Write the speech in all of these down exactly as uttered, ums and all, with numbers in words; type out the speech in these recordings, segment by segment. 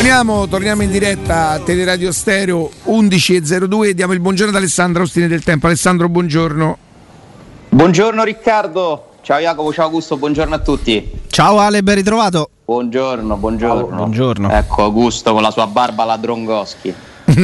Torniamo, torniamo in diretta a Teleradio Stereo undici e zero due. Diamo il buongiorno ad Alessandro Ostini del Tempo. Alessandro, buongiorno. Buongiorno Riccardo. Ciao Jacopo, ciao Augusto, buongiorno a tutti. Ciao Ale, ben ritrovato. Buongiorno, buongiorno. Ciao, buongiorno. Ecco Augusto con la sua barba alla Drongoschi.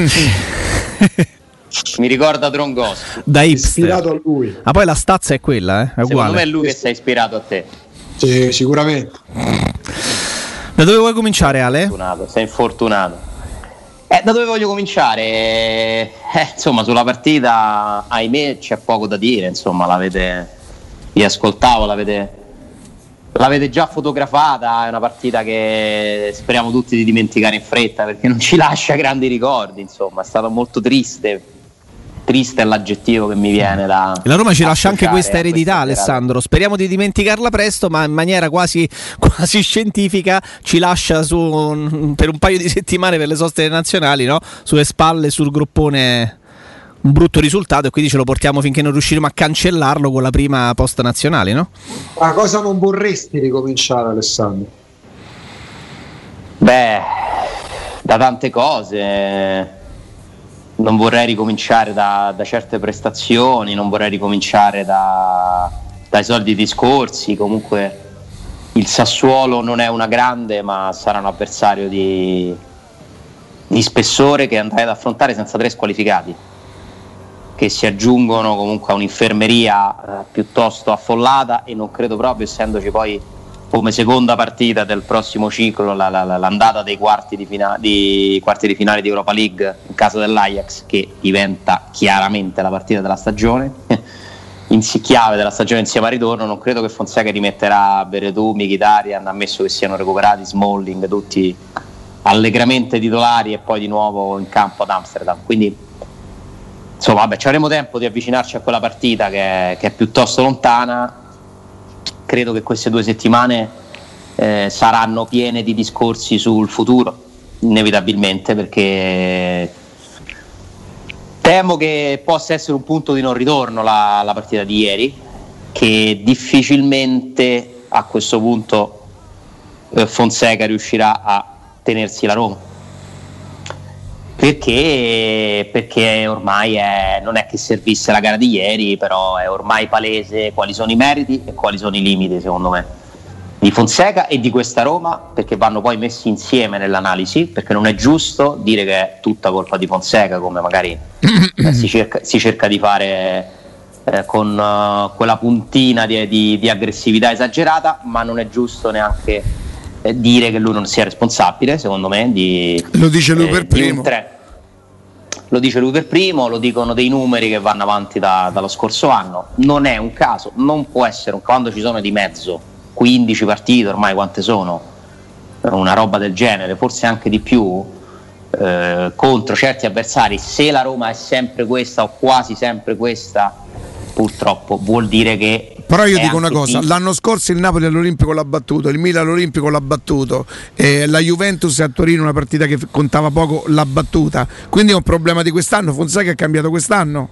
Mi ricorda Drongoschi. Da hipster. Ispirato a lui. Ma poi la stazza è quella, eh? È uguale. Secondo me è lui che si è ispirato a te. Sì, sicuramente. Da dove vuoi cominciare, Ale? Infortunato, sei infortunato. Eh, da dove voglio cominciare? Eh, insomma, sulla partita, ahimè, c'è poco da dire. Insomma, l'avete, vi ascoltavo, l'avete, l'avete già fotografata. È una partita che speriamo tutti di dimenticare in fretta, perché non ci lascia grandi ricordi. Insomma, è stato molto triste. Triste è l'aggettivo che mi viene da. La Roma ci lascia anche questa eredità, Alessandro. Speriamo di dimenticarla presto, ma in maniera quasi, quasi scientifica ci lascia su, per un paio di settimane per le soste nazionali, no? Sulle spalle, sul groppone, un brutto risultato, e quindi ce lo portiamo finché non riusciremo a cancellarlo con la prima post nazionale, no? Ma cosa non vorresti ricominciare, Alessandro? Beh, da tante cose. Non vorrei ricominciare da, da certe prestazioni, non vorrei ricominciare da, dai soliti discorsi. Comunque il Sassuolo non è una grande, ma sarà un avversario di, di spessore che andrai ad affrontare senza tre squalificati, che si aggiungono comunque a un'infermeria eh, piuttosto affollata, e non credo proprio, essendoci poi come seconda partita del prossimo ciclo la, la, l'andata dei quarti di, fina- di quarti di finale di Europa League in casa dell'Ajax, che diventa chiaramente la partita della stagione in chiave della stagione insieme a ritorno. Non credo che Fonseca rimetterà Beretù, Mkhitaryan, ammesso che siano recuperati Smalling, tutti allegramente titolari, e poi di nuovo in campo ad Amsterdam. Quindi insomma, vabbè, ci avremo tempo di avvicinarci a quella partita che è, che è piuttosto lontana. Credo che queste due settimane eh, saranno piene di discorsi sul futuro, inevitabilmente, perché temo che possa essere un punto di non ritorno la, la partita di ieri, che difficilmente a questo punto eh, Fonseca riuscirà a tenersi la Roma. Perché, perché ormai è, non è che servisse la gara di ieri, però è ormai palese quali sono i meriti e quali sono i limiti, secondo me, di Fonseca e di questa Roma, perché vanno poi messi insieme nell'analisi, perché non è giusto dire che è tutta colpa di Fonseca, come magari eh, si, cerca, si cerca di fare eh, con uh, quella puntina di, di, di aggressività esagerata, ma non è giusto neanche dire che lui non sia responsabile, secondo me, di, lo dice lui per eh, primo. Lo dice lui per primo, lo dicono dei numeri che vanno avanti da, dallo scorso anno. Non è un caso, non può essere un, quando ci sono di mezzo quindici partite, ormai quante sono, una roba del genere, forse anche di più, eh, contro certi avversari. Se la Roma è sempre questa o quasi sempre questa, purtroppo vuol dire che. Però io dico una cosa, chi... l'anno scorso il Napoli all'Olimpico l'ha battuto, il Milan all'Olimpico l'ha battuto, eh, la Juventus a Torino, una partita che contava poco, l'ha battuta. Quindi è un problema di quest'anno. Fonseca è cambiato quest'anno?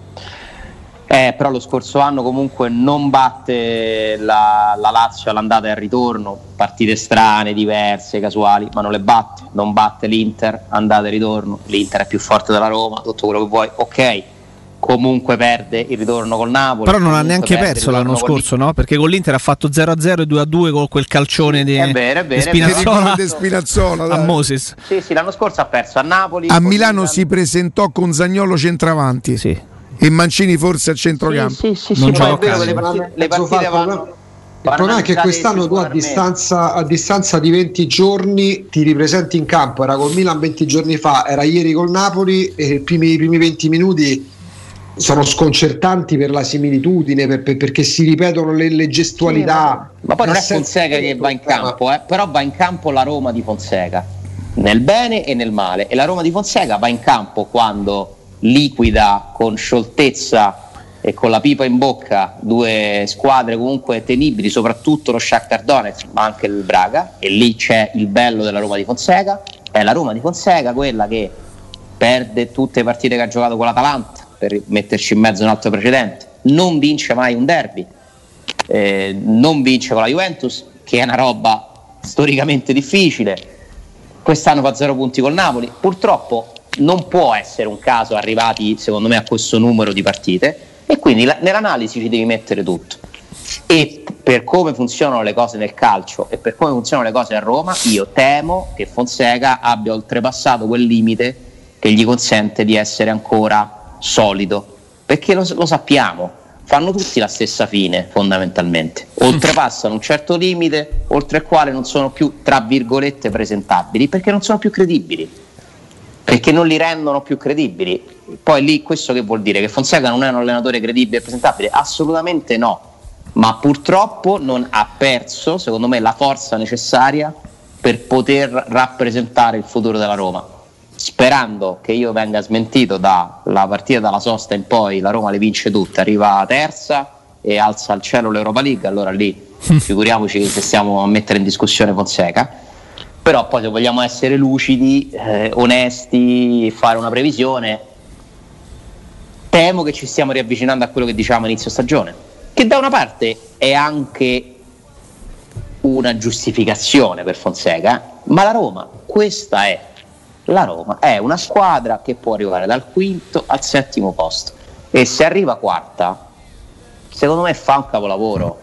Eh, però lo scorso anno comunque non batte la, la Lazio all'andata e al ritorno, partite strane, diverse, casuali, ma non le batte. Non batte l'Inter, andata e ritorno, l'Inter è più forte della Roma, tutto quello che vuoi, ok. Comunque perde il ritorno col Napoli. Però non ha neanche perso l'anno scorso, no? Perché con l'Inter ha fatto zero a zero e due a due con quel calcione di Spinazzola, Spinazzola a Moses. Sì, sì, l'anno scorso ha perso a Napoli. A Milano si presentò con Zaniolo centravanti. Sì. E Mancini forse a centrocampo. Sì, sì, sì, non sì, è vero che le partite, le partite vanno. Il problema è che quest'anno tu a distanza, a distanza di venti giorni ti ripresenti in campo. Era col Milan venti giorni fa, era ieri col Napoli, e i primi, i primi venti minuti sono sconcertanti per la similitudine, per, per, perché si ripetono le, le gestualità. Sì, ma poi non è Fonseca che va in campo, eh, però va in campo la Roma di Fonseca, nel bene e nel male. E la Roma di Fonseca va in campo quando liquida con scioltezza e con la pipa in bocca due squadre comunque temibili, soprattutto lo Shakhtar Donetsk, ma anche il Braga, e lì c'è il bello della Roma di Fonseca. È la Roma di Fonseca quella che perde tutte le partite che ha giocato con l'Atalanta, per metterci in mezzo un altro precedente, non vince mai un derby, eh, non vince con la Juventus, che è una roba storicamente difficile, quest'anno fa zero punti col Napoli. Purtroppo non può essere un caso arrivati secondo me a questo numero di partite, e quindi la, nell'analisi ci devi mettere tutto. E per come funzionano le cose nel calcio e per come funzionano le cose a Roma, io temo che Fonseca abbia oltrepassato quel limite che gli consente di essere ancora solido, perché lo, lo sappiamo, fanno tutti la stessa fine fondamentalmente, oltrepassano un certo limite oltre il quale non sono più, tra virgolette, presentabili, perché non sono più credibili, perché non li rendono più credibili. Poi lì questo che vuol dire? Che Fonseca non è un allenatore credibile e presentabile? Assolutamente no, ma purtroppo non ha perso, secondo me, la forza necessaria per poter rappresentare il futuro della Roma. Sperando che io venga smentito dalla partita dalla sosta in poi, la Roma le vince tutte, arriva terza e alza al cielo l'Europa League, allora lì figuriamoci se stiamo a mettere in discussione Fonseca. Però poi se vogliamo essere lucidi, eh, onesti, fare una previsione, temo che ci stiamo riavvicinando a quello che dicevamo a inizio stagione, che da una parte è anche una giustificazione per Fonseca, ma la Roma, questa è, la Roma è una squadra che può arrivare dal quinto al settimo posto, e se arriva quarta, secondo me fa un capolavoro.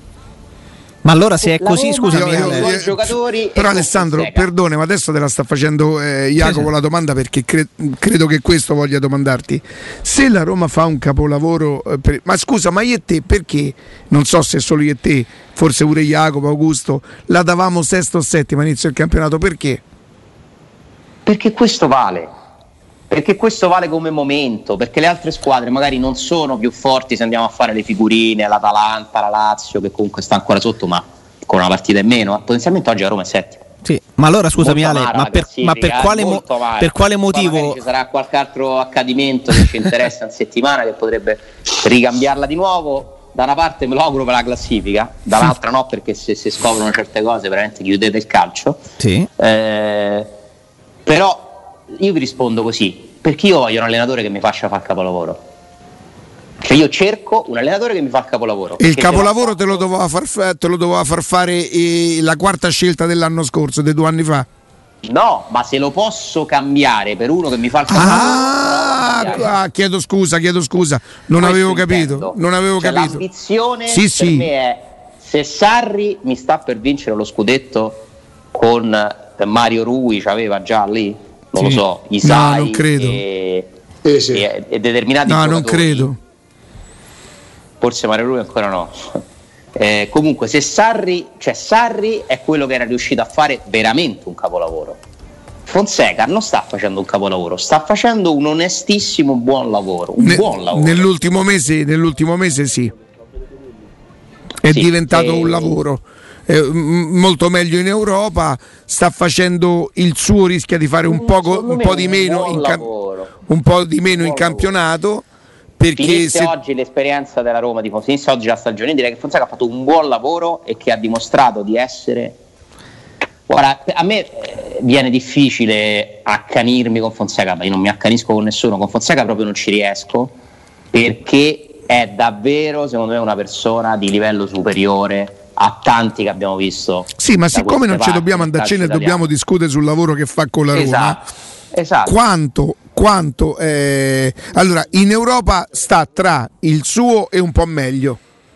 Ma allora se è così, scusami, io, io, io, giocatori però Alessandro, perdone, ma adesso te la sta facendo eh, Jacopo sì, sì. la domanda, perché cre- credo che questo voglia domandarti. Se la Roma fa un capolavoro, eh, per, ma scusa, ma io e te perché, non so se solo io e te, forse pure Jacopo, Augusto, la davamo sesta o settima all'inizio del campionato, perché? Perché questo vale. Perché questo vale come momento, perché le altre squadre magari non sono più forti se andiamo a fare le figurine, l'Atalanta, la Lazio, che comunque sta ancora sotto ma con una partita in meno, potenzialmente oggi la Roma è settima. Sì, ma allora scusami Ale, ma per, ma per quale, mo- per quale motivo? Ci sarà qualche altro accadimento che ci interessa in settimana che potrebbe ricambiarla di nuovo. Da una parte me lo auguro per la classifica, dall'altra no, perché se si scoprono certe cose veramente chiudete il calcio. Sì. Eh, però io vi rispondo così, perché io voglio un allenatore che mi faccia fare il capolavoro. Cioè io cerco un allenatore che mi fa il capolavoro. E il capolavoro te lo doveva far, te lo doveva far fare eh, la quarta scelta dell'anno scorso, dei due anni fa? No, ma se lo posso cambiare per uno che mi fa il capolavoro. Ah, ah chiedo scusa, chiedo scusa, non Questo avevo intendo. capito, non avevo cioè, capito. L'ambizione sì, per sì. me è: se Sarri mi sta per vincere lo scudetto con Mario Rui, c'aveva già lì, non sì. lo so, Isai, no, non credo. E, eh, sì. e, e determinati no, giocatori. Non credo. Forse Mario Rui ancora no. Eh, comunque se Sarri, cioè Sarri è quello che era riuscito a fare veramente un capolavoro. Fonseca non sta facendo un capolavoro, sta facendo un onestissimo buon lavoro, un ne, buon lavoro. Nell'ultimo mese, nell'ultimo mese sì. È sì, diventato e... un lavoro. Molto meglio in Europa, sta facendo il suo, rischia di fare un, poco, un po' di meno in, cam- un po' di meno in campionato, perché finisse se... oggi l'esperienza della Roma, di finisse oggi la stagione, direi che Fonseca ha fatto un buon lavoro e che ha dimostrato di essere. Ora, a me viene difficile accanirmi con Fonseca, ma io non mi accanisco con nessuno, con Fonseca proprio non ci riesco, perché è davvero secondo me una persona di livello superiore a tanti che abbiamo visto. Sì, ma siccome non ci dobbiamo andarcene, dobbiamo discutere sul lavoro che fa con la Roma. Esatto, esatto. Quanto, quanto eh... allora in Europa sta tra il suo e un po' meglio,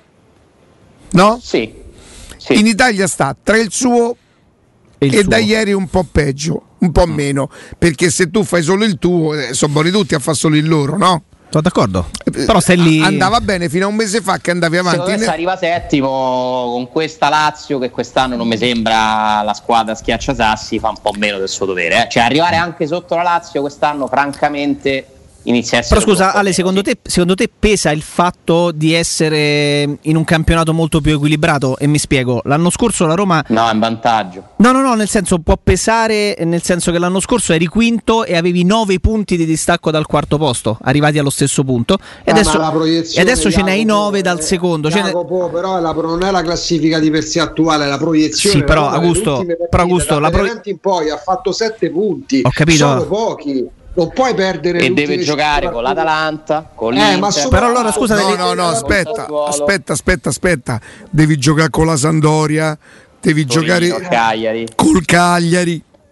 no? Sì, sì. In Italia sta tra il suo e, il e da ieri un po' peggio, un po' mm. meno, perché se tu fai solo il tuo, eh, sono buoni tutti a fare solo il loro, no? Sono d'accordo, però stai lì. Andava bene fino a un mese fa che andavi avanti. Secondo me arriva settimo con questa Lazio che quest'anno non mi sembra la squadra schiacciasassi, fa un po' meno del suo dovere, eh. Cioè arrivare anche sotto la Lazio quest'anno francamente inizia a essere. Però scusa Ale, secondo te, secondo te pesa il fatto di essere in un campionato molto più equilibrato? E mi spiego, l'anno scorso la Roma no, è in vantaggio. No, no, no, nel senso può pesare, nel senso che l'anno scorso eri quinto e avevi nove punti di distacco dal quarto posto, arrivati allo stesso punto, e ah, adesso, e adesso ce n'hai nove dal eh, secondo. Jacopo, però è la, non è la classifica di per sé attuale, è la proiezione. Sì, però Augusto, però Augusto la pro... in poi ha fatto sette punti. Ho capito. Sono pochi. Non puoi perdere e deve giocare con l'Atalanta, con l'Inter. Eh, ma so- però allora scusa, no, no, no, aspetta, aspetta, aspetta, aspetta. Devi giocare con la Sampdoria, devi Torino, giocare Cagliari. col Cagliari.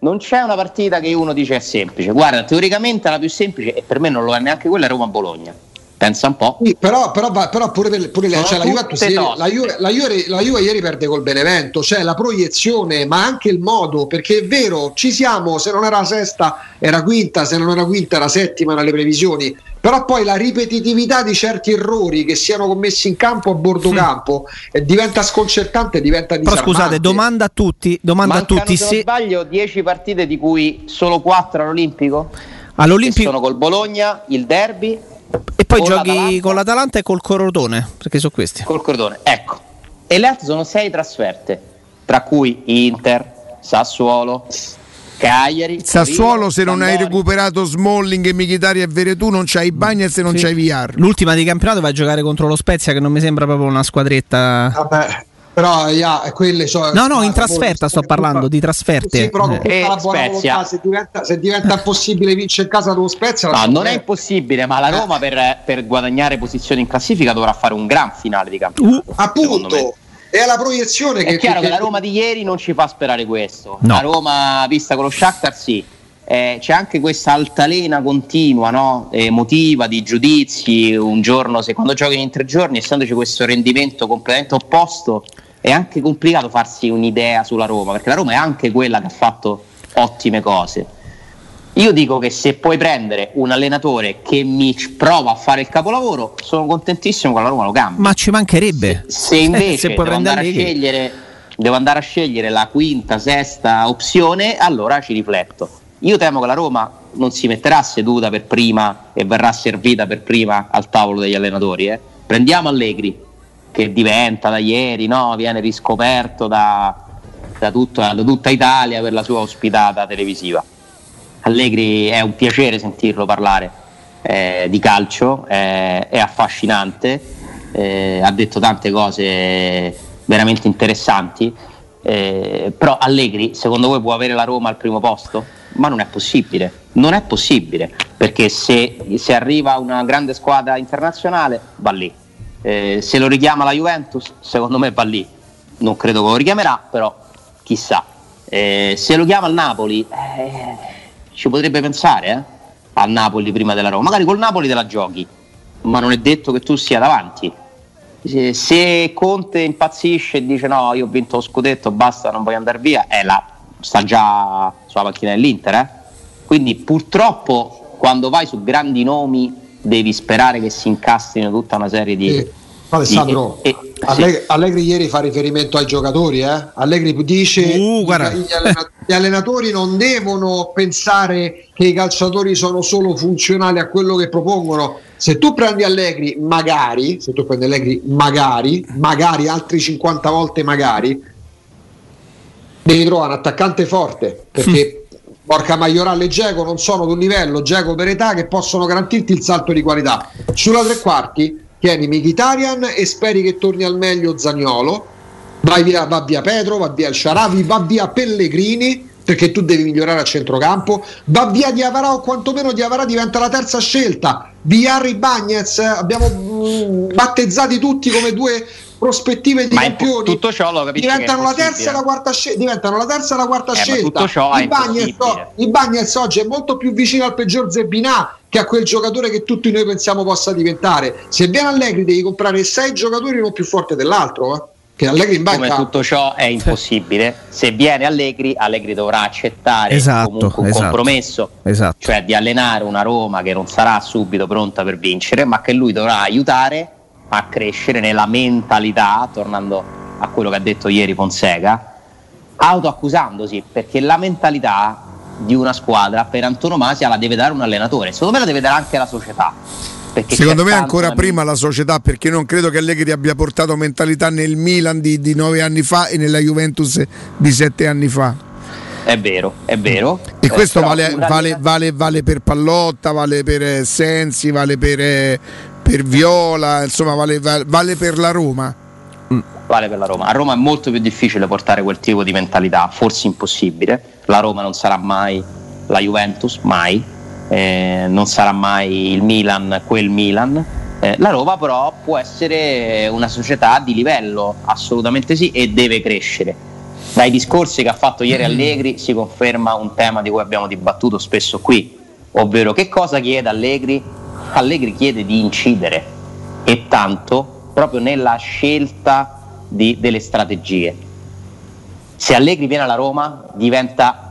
non c'è una partita che uno dice è semplice. Guarda, teoricamente la più semplice, e per me non lo è neanche quella, è Roma-Bologna. Pensa un po'. Sì, però, però, però pure, per, pure le, cioè, la, Juventus ieri, la, Juve, la, Juve, la Juve ieri perde col Benevento, cioè la proiezione, ma anche il modo, perché è vero, ci siamo, se non era la sesta era quinta, se non era quinta era settima nelle previsioni, però poi la ripetitività di certi errori che siano commessi in campo a bordo sì. campo eh, diventa sconcertante, diventa disarmante. Però scusate, domanda a tutti, domanda Mancano, a tutti se se non sbaglio dieci partite di cui solo quattro all'Olimpico, all'Olimpico sono col Bologna, il derby e poi giochi l'Atalanta. con l'Atalanta e col Crotone, perché sono questi. Col Crotone, ecco. E le altre sono sei trasferte, tra cui Inter, Sassuolo, Cagliari. Sassuolo, Torino, se non Sampdoria. hai recuperato Smalling e Mkhitaryan e Veretù, non c'hai Bagnez e non Sì. c'hai Villar. L'ultima di campionato va a giocare contro lo Spezia, che non mi sembra proprio una squadretta. Vabbè. Però yeah, quelle so, No, no, in trasferta sto parlando, di trasferte. Sì, però con tutta Eh, la buona Spezia. volontà, se diventa, se diventa impossibile vincere in casa dello Spezia, No, non è è impossibile, ma la Roma per, per guadagnare posizioni in classifica dovrà fare un gran finale di campionato. Uh, appunto. È la proiezione che È chiaro che, che la Roma di ieri non ci fa sperare questo. No. La Roma vista con lo Shakhtar sì. Eh, c'è anche questa altalena continua, no? Emotiva, di giudizi. Un giorno, se quando giochi in tre giorni, essendoci questo rendimento completamente opposto, è anche complicato farsi un'idea sulla Roma, perché la Roma è anche quella che ha fatto ottime cose. Io dico che se puoi prendere un allenatore che mi prova a fare il capolavoro, sono contentissimo che la Roma lo cambi. ma ci mancherebbe. Se, se invece Se puoi devo, andare a prendere scegliere, devo andare a scegliere la quinta, sesta opzione, allora ci rifletto. Io temo che la Roma non si metterà seduta per prima e verrà servita per prima al tavolo degli allenatori. Eh. Prendiamo Allegri, che diventa da ieri, no? Viene riscoperto da, da, tutta, da tutta Italia per la sua ospitata televisiva. Allegri è un piacere sentirlo parlare eh, di calcio, eh, è affascinante, eh, ha detto tante cose veramente interessanti, eh, però Allegri secondo voi può avere la Roma al primo posto? Ma non è possibile, non è possibile, perché se, se arriva una grande squadra internazionale va lì, eh, se lo richiama la Juventus secondo me va lì, non credo che lo richiamerà, però chissà, eh, se lo chiama il Napoli eh, ci potrebbe pensare eh, al Napoli prima della Roma, magari col Napoli te la giochi, ma non è detto che tu sia davanti. Se, se Conte impazzisce e dice no, io ho vinto lo scudetto, basta, non voglio andare via, è là, sta già sulla panchina dell'Inter, eh? Quindi purtroppo quando vai su grandi nomi devi sperare che si incastrino tutta una serie di... Eh, Alessandro, di, eh, eh, Allegri, sì. Allegri ieri fa riferimento ai giocatori, eh? Allegri dice Uh, gli, allenatori, gli allenatori non devono pensare che i calciatori sono solo funzionali a quello che propongono. Se tu prendi Allegri, magari, se tu prendi Allegri, magari, magari altri cinquanta volte magari, devi trovare un attaccante forte, perché porca Majoral e Dzeko non sono ad un livello, Dzeko per età, che possono garantirti il salto di qualità. Sulla tre quarti tieni Mkhitaryan e speri che torni al meglio Zaniolo, vai via, va via Pedro, va via il Sharawi, va via Pellegrini, perché tu devi migliorare a centrocampo, va via Diavara, o quantomeno Diavara diventa la terza scelta, Villar e Bagnez, abbiamo mh, battezzati tutti come due prospettive di ma campioni, tutto ciò lo capisci diventano, che è la terza e la quarta scelta, diventano la terza e la quarta Eh, ma scelta. tutto ciò è Il Bagnez, impossibile. il Bagnez oggi è molto più vicino al peggior Zebinà che a quel giocatore che tutti noi pensiamo possa diventare. Se viene Allegri devi comprare sei giocatori, uno più forte dell'altro, eh? Che Allegri in banca. Come tutto ciò è impossibile, se viene Allegri, Allegri dovrà accettare Esatto, comunque un esatto. compromesso, Esatto. cioè di allenare una Roma che non sarà subito pronta per vincere, ma che lui dovrà aiutare a crescere nella mentalità, tornando a quello che ha detto ieri Fonseca, autoaccusandosi, perché la mentalità di una squadra per antonomasia la deve dare un allenatore, secondo me la deve dare anche la società. Secondo me ancora prima la società, perché non credo che Allegri abbia portato mentalità nel Milan di, di nove anni fa e nella Juventus di sette anni fa. È vero, è vero. E questo eh, vale, vale, vale, vale per Pallotta, vale per eh, Sensi, vale per, eh, per Viola, insomma vale, vale, vale per la Roma. Vale per la Roma. A Roma è molto più difficile portare quel tipo di mentalità, forse impossibile. La Roma non sarà mai la Juventus, mai. Eh, non sarà mai il Milan, quel Milan. Eh, la Roma però può essere una società di livello, assolutamente sì, e deve crescere. dai discorsi che ha fatto ieri Allegri si conferma un tema di cui abbiamo dibattuto spesso qui, ovvero che cosa chiede Allegri? Allegri chiede di incidere, e tanto proprio nella scelta di, delle strategie. Se Allegri viene alla Roma diventa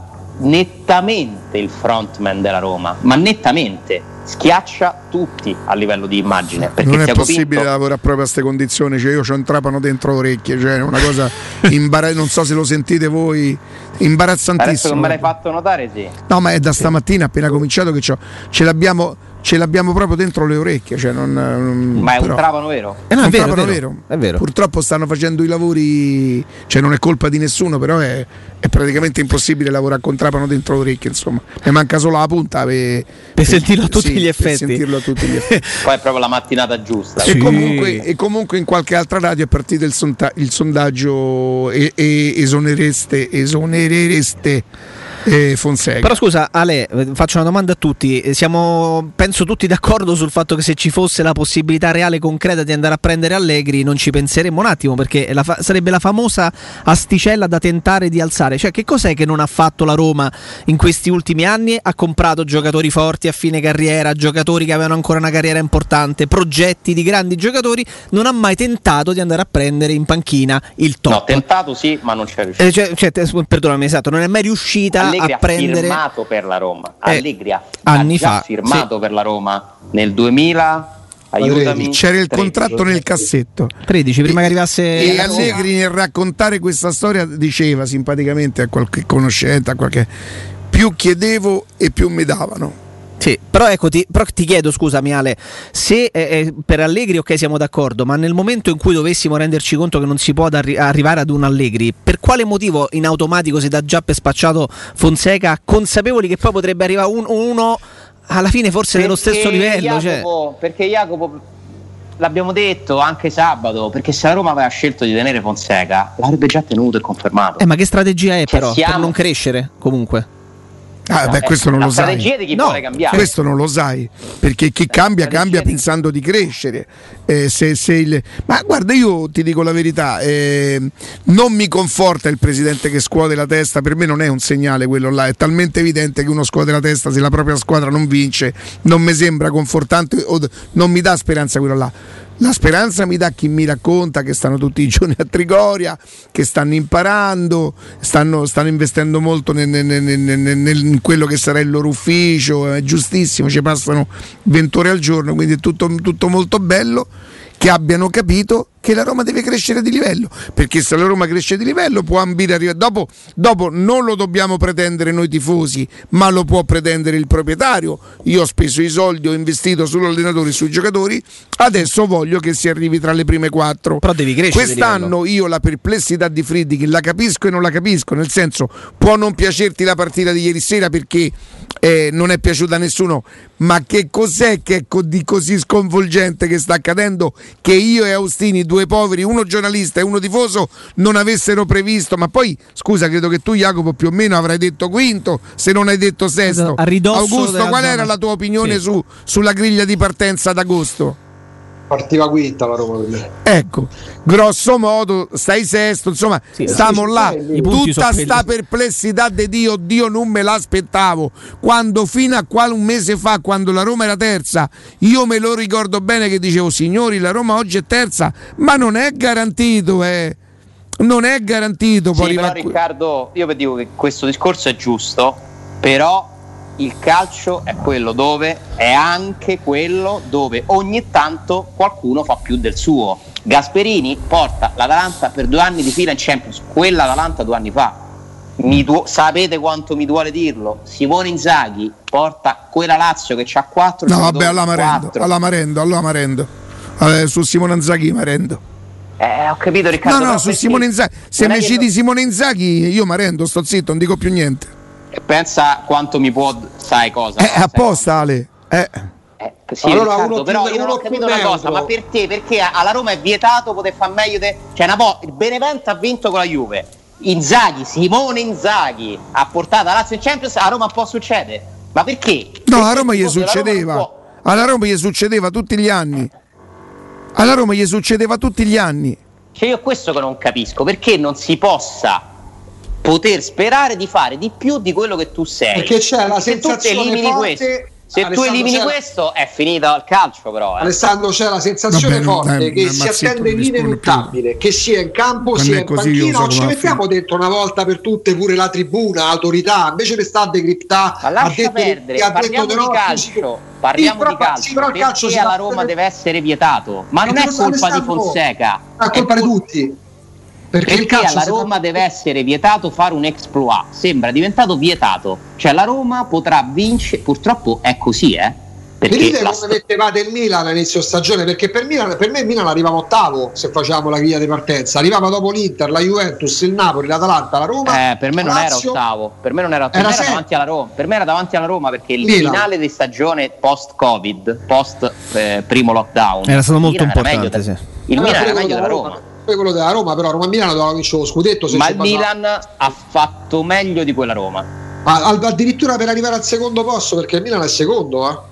nettamente il frontman della Roma, ma nettamente schiaccia tutti a livello di immagine, perché non è Tiago possibile Pinto... lavorare proprio a queste condizioni, cioè io c'ho un trapano dentro le orecchie, cioè una cosa imbarazzante, non so se lo sentite voi, imbarazzantissimo. Adesso che me l'hai fatto notare, sì. No, ma è da stamattina appena cominciato che c'ho, ce l'abbiamo ce l'abbiamo proprio dentro le orecchie, cioè non, non, ma è però, un trapano vero? Eh no, è, un vero, trapano è, vero, vero. è vero. Purtroppo stanno facendo i lavori, cioè non è colpa di nessuno, però è, è praticamente impossibile lavorare con trapano dentro le orecchie, insomma. Mi manca solo la punta per, per, per sentirlo a tutti sì, gli effetti. Per sentirlo a tutti gli effetti. Poi è proprio la mattinata giusta. Sì. E, comunque, e comunque in qualche altra radio è partito il, sonta- il sondaggio e, e esonereste, esonerereste eh, Fonseca. Però scusa Ale, faccio una domanda a tutti, siamo penso tutti d'accordo sul fatto che se ci fosse la possibilità reale concreta di andare a prendere Allegri non ci penseremmo un attimo, perché la fa- sarebbe la famosa asticella da tentare di alzare. Cioè, che cos'è che non ha fatto la Roma in questi ultimi anni? Ha comprato giocatori forti a fine carriera, giocatori che avevano ancora una carriera importante, progetti di grandi giocatori, non ha mai tentato di andare a prendere in panchina il top. No, tentato sì, ma non c'è riuscito. Eh, cioè, cioè, perdonami, esatto, non è mai riuscita Allegri a prendere... ha firmato per la Roma. Eh, Allegri ha, anni ha già fa, firmato sì. per la Roma nel duemila. Aiutami. C'era il tredici. contratto nel cassetto. tredici, prima e, che arrivasse... E Allegri nel raccontare questa storia diceva simpaticamente a qualche conoscente, a qualche... più chiedevo e più mi davano. Sì, però ecco, ti, però ti chiedo, scusami Ale, se eh, per Allegri ok siamo d'accordo, ma nel momento in cui dovessimo renderci conto che non si può arri- arrivare ad un Allegri, per quale motivo in automatico si dà già per spacciato Fonseca, consapevoli che poi potrebbe arrivare un, uno alla fine forse Perché dello stesso livello? Jacopo, Cioè... Perché Jacopo, l'abbiamo detto anche sabato, perché se la Roma aveva scelto di tenere Fonseca l'avrebbe già tenuto e confermato. Eh, ma che strategia è Cioè, però siamo... per non crescere comunque? Ah, beh, questo non la lo sai. strategia di chi No, vuole cambiare. Questo non lo sai, perché chi cambia cambia di... pensando di crescere. Eh, se, se il... Ma guarda, io ti dico la verità, eh, non mi conforta il presidente che scuote la testa, per me non è un segnale quello là, è talmente evidente che uno scuote la testa se la propria squadra non vince, non mi sembra confortante, o non mi dà speranza quello là. La speranza mi dà chi mi racconta che stanno tutti i giorni a Trigoria, che stanno imparando, stanno, stanno investendo molto nel, nel, nel, nel, in quello che sarà il loro ufficio, è giustissimo, ci passano venti ore al giorno, quindi è tutto, tutto molto bello, che abbiano capito che la Roma deve crescere di livello, perché se la Roma cresce di livello può ambire a arrivare dopo, dopo non lo dobbiamo pretendere noi tifosi, ma lo può pretendere il proprietario. Io ho speso i soldi, ho investito sull'allenatore e sui giocatori, adesso voglio che si arrivi tra le prime quattro. Però devi crescere. Quest'anno io la perplessità di Friedkin la capisco e non la capisco, nel senso, può non piacerti la partita di ieri sera perché eh, non è piaciuta a nessuno, ma che cos'è che è co- di così sconvolgente che sta accadendo che io e Austini, due poveri, uno giornalista e uno tifoso, non avessero previsto? Ma poi scusa, credo che tu Jacopo più o meno avrai detto quinto, se non hai detto sesto. Augusto, qual era la tua opinione sì. su, sulla griglia di partenza d'agosto? Partiva quinta la Roma. Ecco, grosso modo stai sesto, insomma, sì, stiamo là. Tutta sta perplessità di Dio, Dio non me l'aspettavo. Quando fino a qual un mese fa, quando la Roma era terza, io me lo ricordo bene che dicevo, signori, la Roma oggi è terza, ma non è garantito, eh. Non è garantito. Sì, però Riccardo, io vi dico che questo discorso è giusto, però il calcio è quello dove è anche quello dove ogni tanto qualcuno fa più del suo. Gasperini porta l'Atalanta per due anni di fila in Champions, quella Atalanta due anni fa. Mi du- sapete quanto mi duole dirlo? Simone Inzaghi porta quella Lazio che c'ha quattro. No, vabbè, alla Marendo, alla Marendo, alla Marendo. Eh, su Simone Inzaghi Marendo. Eh, ho capito Riccardo. No, no, su Simone Inzaghi. Se mi citi non... Simone Inzaghi, io Marendo, sto zitto, non dico più niente. Pensa quanto mi può, sai cosa? È eh, apposta Ale. Eh. Eh, sì, allora, Riccardo, però io non ho capito una cosa, ma per te, perché alla Roma è vietato poter far meglio te? Cioè, una po', il Benevento ha vinto con la Juve. Inzaghi, Simone Inzaghi ha portato la Lazio in Champions, a Roma può succedere. Ma perché? No, perché a Roma gli succedeva. Roma alla Roma gli succedeva tutti gli anni. Alla Roma gli succedeva tutti gli anni. Cioè, io questo che non capisco, perché non si possa poter sperare di fare di più di quello che tu sei. Perché c'è la se sensazione tu elimini forte, questo, se Alessandro, tu elimini c'è questo è finito il calcio, però eh. Alessandro, c'è la sensazione Vabbè, forte dai, che dai, si Mazzetto attende non risponde l'ineluttabile, che sia in campo Quando sia è in così io panchina, so non ci come mettiamo dentro una volta per tutte pure la tribuna, l'autorità, invece le sta a decriptare. Ma lascia perdere, parliamo di calcio, parliamo di calcio, perché alla Roma deve essere vietato, ma non è colpa di Fonseca, è colpa di tutti. Perché, perché alla Roma deve essere vietato fare un exploit, sembra diventato vietato, cioè la Roma potrà vincere, purtroppo è così, eh. Mi dite come st- mettevate il Milan all'inizio stagione, perché per, Milan, per me il Milan arrivava ottavo se facciamo la griglia di partenza, arrivava dopo l'Inter, la Juventus, il Napoli, l'Atalanta, la Roma. Eh, per me non Lazio, era ottavo, per me non era ottavo, era, era davanti alla Roma, per me era davanti alla Roma perché il Milan. finale di stagione post-Covid, post eh, primo lockdown, era stato molto importante, del, sì. Il allora, Milan era meglio della Roma. Roma. Poi quello della Roma, però Roma Milano doveva vincere lo scudetto. Se ma il Milan ha fatto meglio di quella Roma. Ma addirittura per arrivare al secondo posto, perché il Milan è secondo, eh?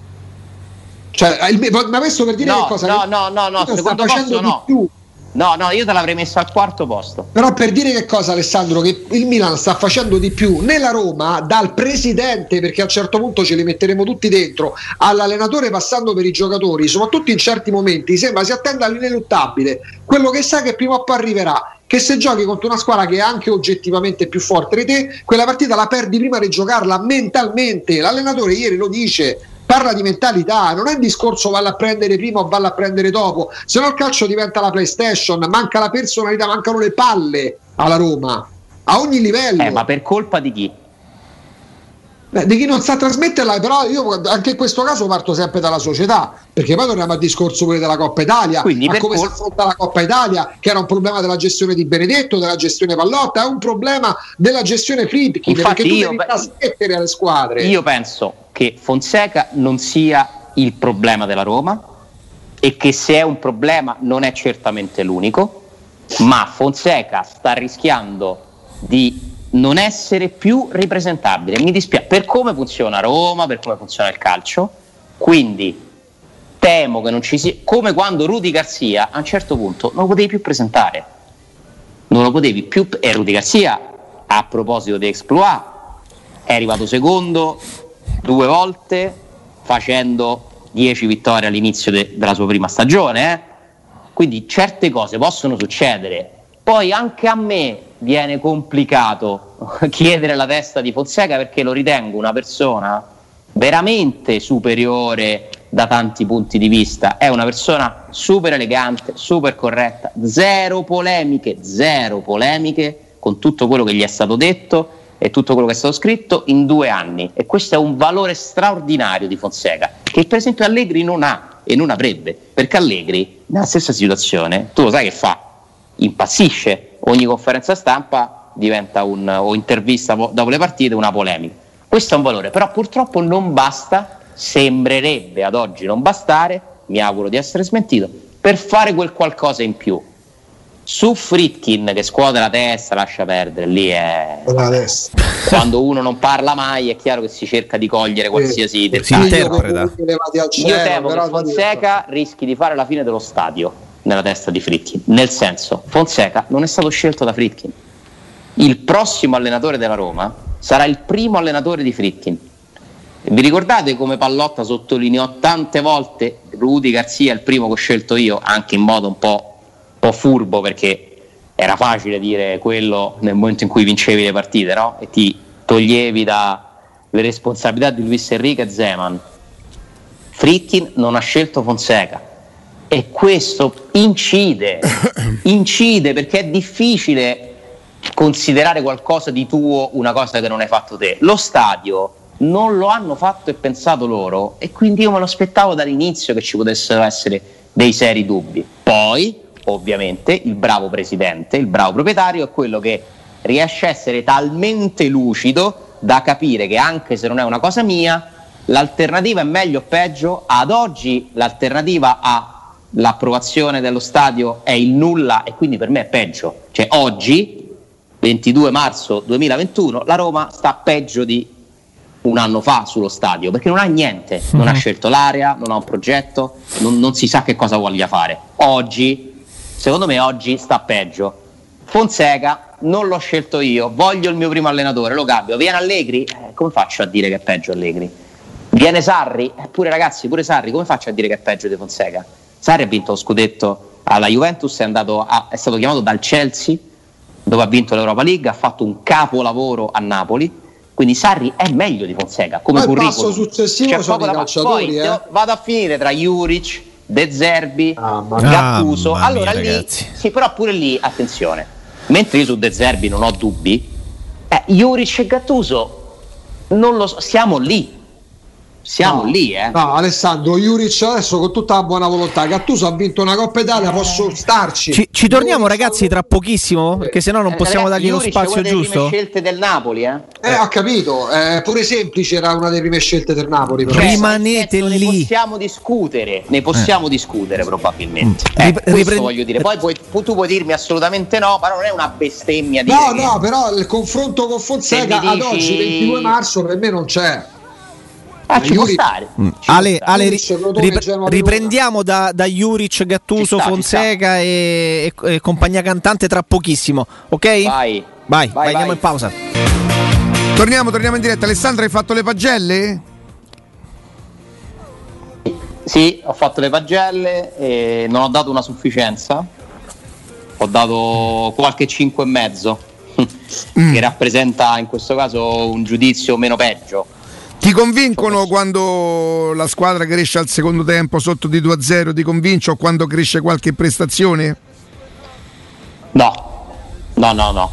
Cioè, il, ma questo per dire no, che cosa? No, no, no, no, secondo posto no. Più. No, no, io te l'avrei messo al quarto posto. Però per dire che cosa, Alessandro, che il Milan sta facendo di più nella Roma, dal presidente, perché a un certo punto ce li metteremo tutti dentro, all'allenatore, passando per i giocatori, soprattutto in certi momenti, sembra si attenda all'ineluttabile, quello che sa che prima o poi arriverà, che se giochi contro una squadra che è anche oggettivamente più forte di te, quella partita la perdi prima di giocarla mentalmente. L'allenatore ieri lo dice, parla di mentalità, non è il discorso valla a prendere prima o valla a prendere dopo, se no il calcio diventa la PlayStation, manca la personalità, mancano le palle alla Roma a ogni livello. Eh, ma per colpa di chi? Beh, di chi non sa trasmetterla, però io anche in questo caso parto sempre dalla società, perché poi torniamo al discorso pure della Coppa Italia. Quindi ma come col... si affronta la Coppa Italia, che era un problema della gestione di Benedetto, della gestione Pallotta, è un problema della gestione Friedkin, perché tu io, devi trasmettere alle squadre. Io penso che Fonseca non sia il problema della Roma e che se è un problema non è certamente l'unico, ma Fonseca sta rischiando di non essere più ripresentabile. Mi dispiace per come funziona Roma, per come funziona il calcio, quindi temo che non ci sia, come quando Rudy Garcia a un certo punto non lo potevi più presentare, non lo potevi più, e Rudy Garcia, a proposito di exploit, è arrivato secondo due volte facendo dieci vittorie all'inizio de- della sua prima stagione, eh? Quindi certe cose possono succedere. Poi anche a me viene complicato chiedere la testa di Fonseca, perché lo ritengo una persona veramente superiore da tanti punti di vista, è una persona super elegante, super corretta, zero polemiche, zero polemiche con tutto quello che gli è stato detto e tutto quello che è stato scritto in due anni, e questo è un valore straordinario di Fonseca che per esempio Allegri non ha e non avrebbe, perché Allegri nella stessa situazione, tu lo sai che fa? Impazzisce, ogni conferenza stampa diventa un, o intervista dopo le partite una polemica. Questo è un valore, però purtroppo non basta, sembrerebbe ad oggi non bastare, mi auguro di essere smentito, per fare quel qualcosa in più. Su Friedkin che scuote la testa, lascia perdere, lì è quando uno non parla mai è chiaro che si cerca di cogliere qualsiasi dettaglio. Io temo che Fonseca rischi di fare la fine dello stadio nella testa di Friedkin, nel senso, Fonseca non è stato scelto da Friedkin, il prossimo allenatore della Roma sarà il primo allenatore di Friedkin. Vi ricordate come Pallotta sottolineò tante volte Rudy Garcia è il primo che ho scelto io, anche in modo un po', un po' furbo, perché era facile dire quello nel momento in cui vincevi le partite, no? E ti toglievi dalle responsabilità di Luis Enrique e Zeman. Friedkin non ha scelto Fonseca e questo incide incide perché è difficile considerare qualcosa di tuo una cosa che non hai fatto te. Lo stadio non lo hanno fatto e pensato loro, e quindi io me lo aspettavo dall'inizio che ci potessero essere dei seri dubbi. Poi ovviamente il bravo presidente, il bravo proprietario è quello che riesce a essere talmente lucido da capire che anche se non è una cosa mia, l'alternativa è meglio o peggio. Ad oggi l'alternativa all'approvazione dello stadio è il nulla, e quindi per me è peggio. Cioè oggi, ventidue marzo duemilaventuno, la Roma sta peggio di un anno fa sullo stadio, perché non ha niente, non ha scelto l'area, non ha un progetto, non, non si sa che cosa voglia fare. Oggi, secondo me oggi sta peggio. Fonseca non l'ho scelto io, voglio il mio primo allenatore, lo cambio. Viene Allegri, eh, come faccio a dire che è peggio Allegri? Viene Sarri, eppure ragazzi, pure Sarri, come faccio a dire che è peggio di Fonseca? Sarri ha vinto lo scudetto alla Juventus, è, andato a, è stato chiamato dal Chelsea, dove ha vinto l'Europa League, ha fatto un capolavoro a Napoli, quindi Sarri è meglio di Fonseca come poi curriculum. il passo successivo sono i calciatori, poi eh. vado a finire tra Juric, De Zerbi, ah, Gattuso. Ah, allora mia, lì ragazzi. sì, però pure lì attenzione, mentre io su De Zerbi non ho dubbi, eh, Juric e Gattuso non lo so, siamo lì. Siamo no, lì, eh. No, Alessandro Juric adesso con tutta la buona volontà, Gattuso ha vinto una Coppa Italia, posso starci. Ci, ci torniamo ragazzi tra pochissimo, perché sennò non Eh, possiamo ragazzi, dargli lo Juric spazio è una delle giusto. prime scelte del Napoli, eh. Eh, ho capito, eh, pure Semplice era una delle prime scelte del Napoli. Però. Cioè, Rimanete nel senso, lì. Ne possiamo discutere, ne possiamo eh. discutere probabilmente. Mm. Eh, Rip- questo ripre- voglio dire. Poi puoi, tu puoi dirmi assolutamente no, ma non è una bestemmia. Dire No, che... no, però il confronto con Fonseca Se mi ad dici- oggi, ventidue marzo, per me non c'è. Ah, ci può Juric- stare. Mm. Ci può Ale, stare. Ale, Juric, ri- Crotone, rip- Genoa, riprendiamo da, da Juric, Gattuso, Ci sta, ci Fonseca e, e- e compagnia cantante tra pochissimo, ok? Vai. Vai, Vai, vai, andiamo vai. in pausa. Torniamo, torniamo in diretta. Alessandra, hai fatto le pagelle? Sì, ho fatto le pagelle e non ho dato una sufficienza. Ho dato qualche cinque e mezzo, Mm. che rappresenta in questo caso un giudizio meno peggio. Ti convincono quando la squadra cresce al secondo tempo sotto di due a zero? Ti convince o quando cresce qualche prestazione? No, no, no, no.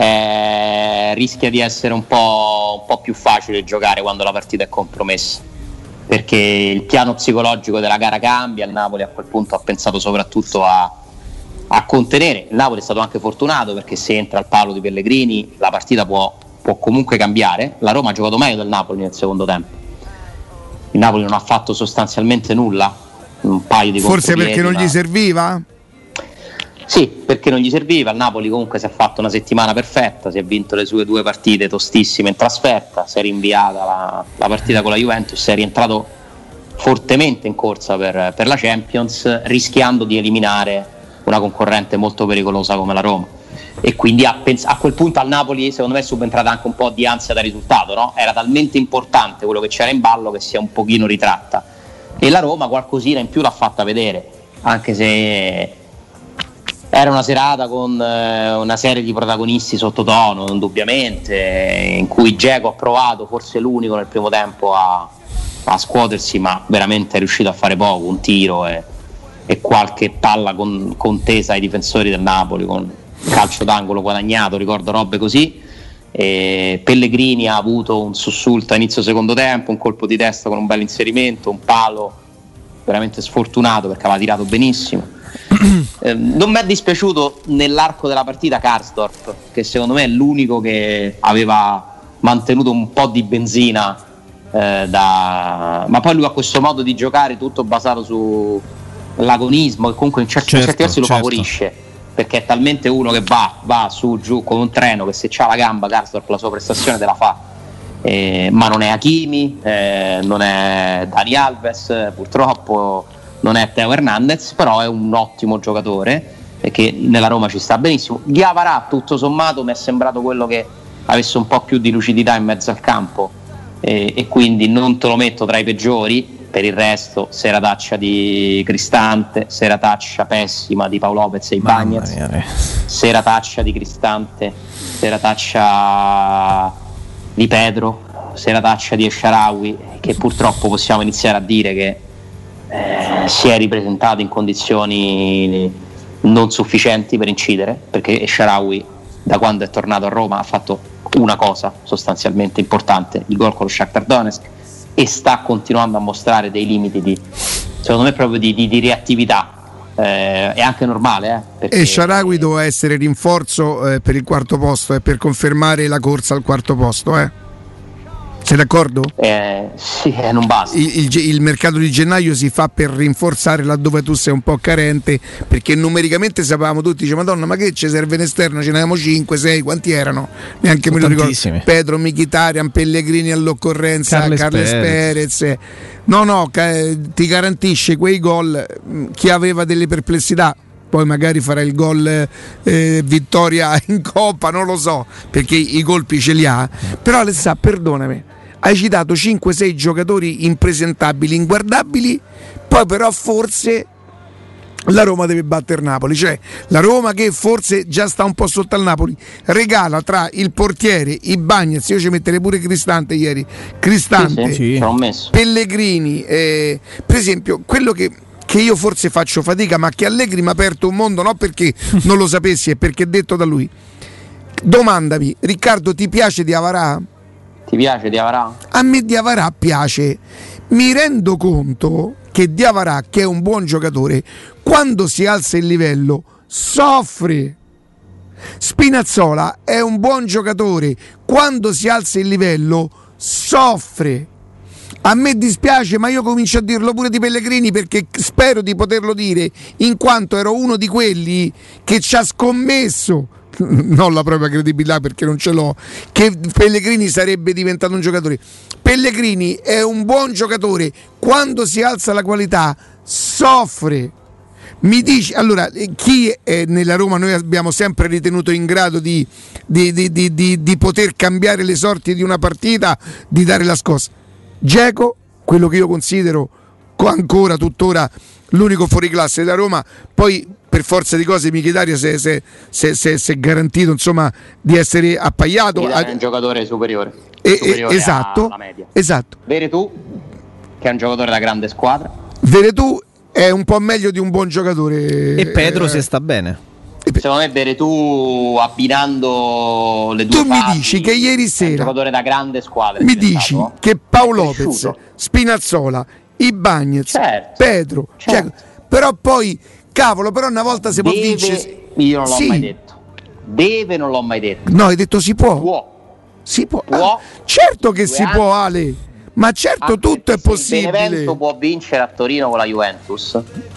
Eh, rischia di essere un po', un po' più facile giocare quando la partita è compromessa, perché il piano psicologico della gara cambia. Il Napoli a quel punto ha pensato soprattutto a, a contenere. Il Napoli è stato anche fortunato, perché se entra il palo di Pellegrini la partita può, può comunque cambiare. La Roma ha giocato meglio del Napoli nel secondo tempo. Il Napoli non ha fatto sostanzialmente nulla, un paio di Forse contropiedi, perché non ma... gli serviva? Sì, perché non gli serviva. Il Napoli comunque si è fatto una settimana perfetta, si è vinto le sue due partite tostissime in trasferta, si è rinviata la, la partita con la Juventus, è rientrato fortemente in corsa per, per la Champions, rischiando di eliminare una concorrente molto pericolosa come la Roma. E quindi a, pens- a quel punto al Napoli secondo me è subentrata anche un po' di ansia da risultato, no? Era talmente importante quello che c'era in ballo che si è un pochino ritratta, e la Roma qualcosina in più l'ha fatta vedere, anche se era una serata con eh, una serie di protagonisti sottotono, indubbiamente, in cui Dzeko ha provato, forse l'unico nel primo tempo, a, a scuotersi, ma veramente è riuscito a fare poco, un tiro e, e qualche palla con, contesa ai difensori del Napoli, con calcio d'angolo guadagnato, ricordo robe così. E Pellegrini ha avuto un sussulto a inizio secondo tempo, un colpo di testa con un bel inserimento, un palo veramente sfortunato perché aveva tirato benissimo. Eh, non mi è dispiaciuto nell'arco della partita Karsdorp, che secondo me è l'unico che aveva mantenuto un po' di benzina, eh, da... ma poi lui ha questo modo di giocare tutto basato sull'agonismo, che comunque in certi, certo, certi versi lo certo. favorisce, perché è talmente uno che va, va su giù come un treno, che se c'ha la gamba Karsdorp la sua prestazione te la fa. Eh, ma non è Hakimi, eh, non è Dani Alves, purtroppo non è Teo Hernandez, però è un ottimo giocatore e che nella Roma ci sta benissimo. Diawara tutto sommato mi è sembrato quello che avesse un po' più di lucidità in mezzo al campo, e, e quindi non te lo metto tra i peggiori. Per il resto serataccia di Cristante, serataccia pessima di Paolo Lopez e Ibañez, serataccia di Cristante, serataccia di Pedro, serataccia di Esharawi, che purtroppo possiamo iniziare a dire che eh, si è ripresentato in condizioni non sufficienti per incidere, perché Esharawi da quando è tornato a Roma ha fatto una cosa sostanzialmente importante, il gol con lo Shakhtar Donetsk, e sta continuando a mostrare dei limiti di, secondo me, proprio di, di, di reattività. Eh, è anche normale, eh, perché... E Sharawi doveva essere rinforzo eh, per il quarto posto e eh, per confermare la corsa al quarto posto, eh. Sei d'accordo? Eh, sì, eh, non basta. Il, il, il mercato di gennaio si fa per rinforzare laddove tu sei un po' carente, perché numericamente sapevamo tutti, dice Madonna, ma che ci serve in esterna? Ce ne avevamo cinque, sei, quanti erano? Neanche me lo ricordo. Pedro, Mkhitaryan, Pellegrini all'occorrenza, Carles, Carles Perez. Perez. No, no, ca- ti garantisce quei gol chi aveva delle perplessità. poi magari farà il gol eh, vittoria in Coppa, non lo so, perché i colpi ce li ha. Però Alessà, perdonami, hai citato cinque sei giocatori impresentabili, inguardabili, poi però forse la Roma deve battere Napoli, cioè la Roma che forse già sta un po' sotto al Napoli, regala tra il portiere, i Bagnez, io ci metterei pure Cristante ieri, Cristante, sì, sì, Pellegrini, eh, per esempio quello che, che io forse faccio fatica, ma che Allegri mi ha aperto un mondo, non perché non lo sapessi, è perché è detto da lui. Domandami, Riccardo, ti piace Diawara? Ti piace Diawara? A me Diawara piace, mi rendo conto che Diawara, che è un buon giocatore, quando si alza il livello soffre. Spinazzola è un buon giocatore, quando si alza il livello soffre. A me dispiace, ma io comincio a dirlo pure di Pellegrini, perché spero di poterlo dire, in quanto ero uno di quelli che ci ha scommesso, non la propria credibilità perché non ce l'ho, che Pellegrini sarebbe diventato un giocatore. Pellegrini è un buon giocatore, quando si alza la qualità soffre. Mi dici, allora, chi è nella Roma noi abbiamo sempre ritenuto in grado di, di, di, di, di, di poter cambiare le sorti di una partita, di dare la scossa? Dzeko, quello che io considero ancora tuttora l'unico fuoriclasse da Roma, poi per forza di cose Mkhitaryan si è, si si si garantito, insomma, di essere appaiato. È un giocatore superiore, e, superiore esatto, alla media. Esatto. Veretù, che è un giocatore da grande squadra. Veretù è un po' meglio di un buon giocatore. E Pedro eh, se sta bene. Secondo me Veretù, abbinando le due tu fasi, mi dici che ieri sera è un giocatore da grande squadra, mi dici che Paolo Lopez, Spinazzola, Ibañez, certo, Pedro, certo. Cioè, però poi cavolo, però una volta si deve, può vincere. Io non l'ho sì. mai detto. Deve, non l'ho mai detto. No, hai detto si può. Può. Si può. può. Ah, certo che si anni. può, Ale. Ma certo, Anche tutto è se possibile. Il Benevento può vincere a Torino con la Juventus.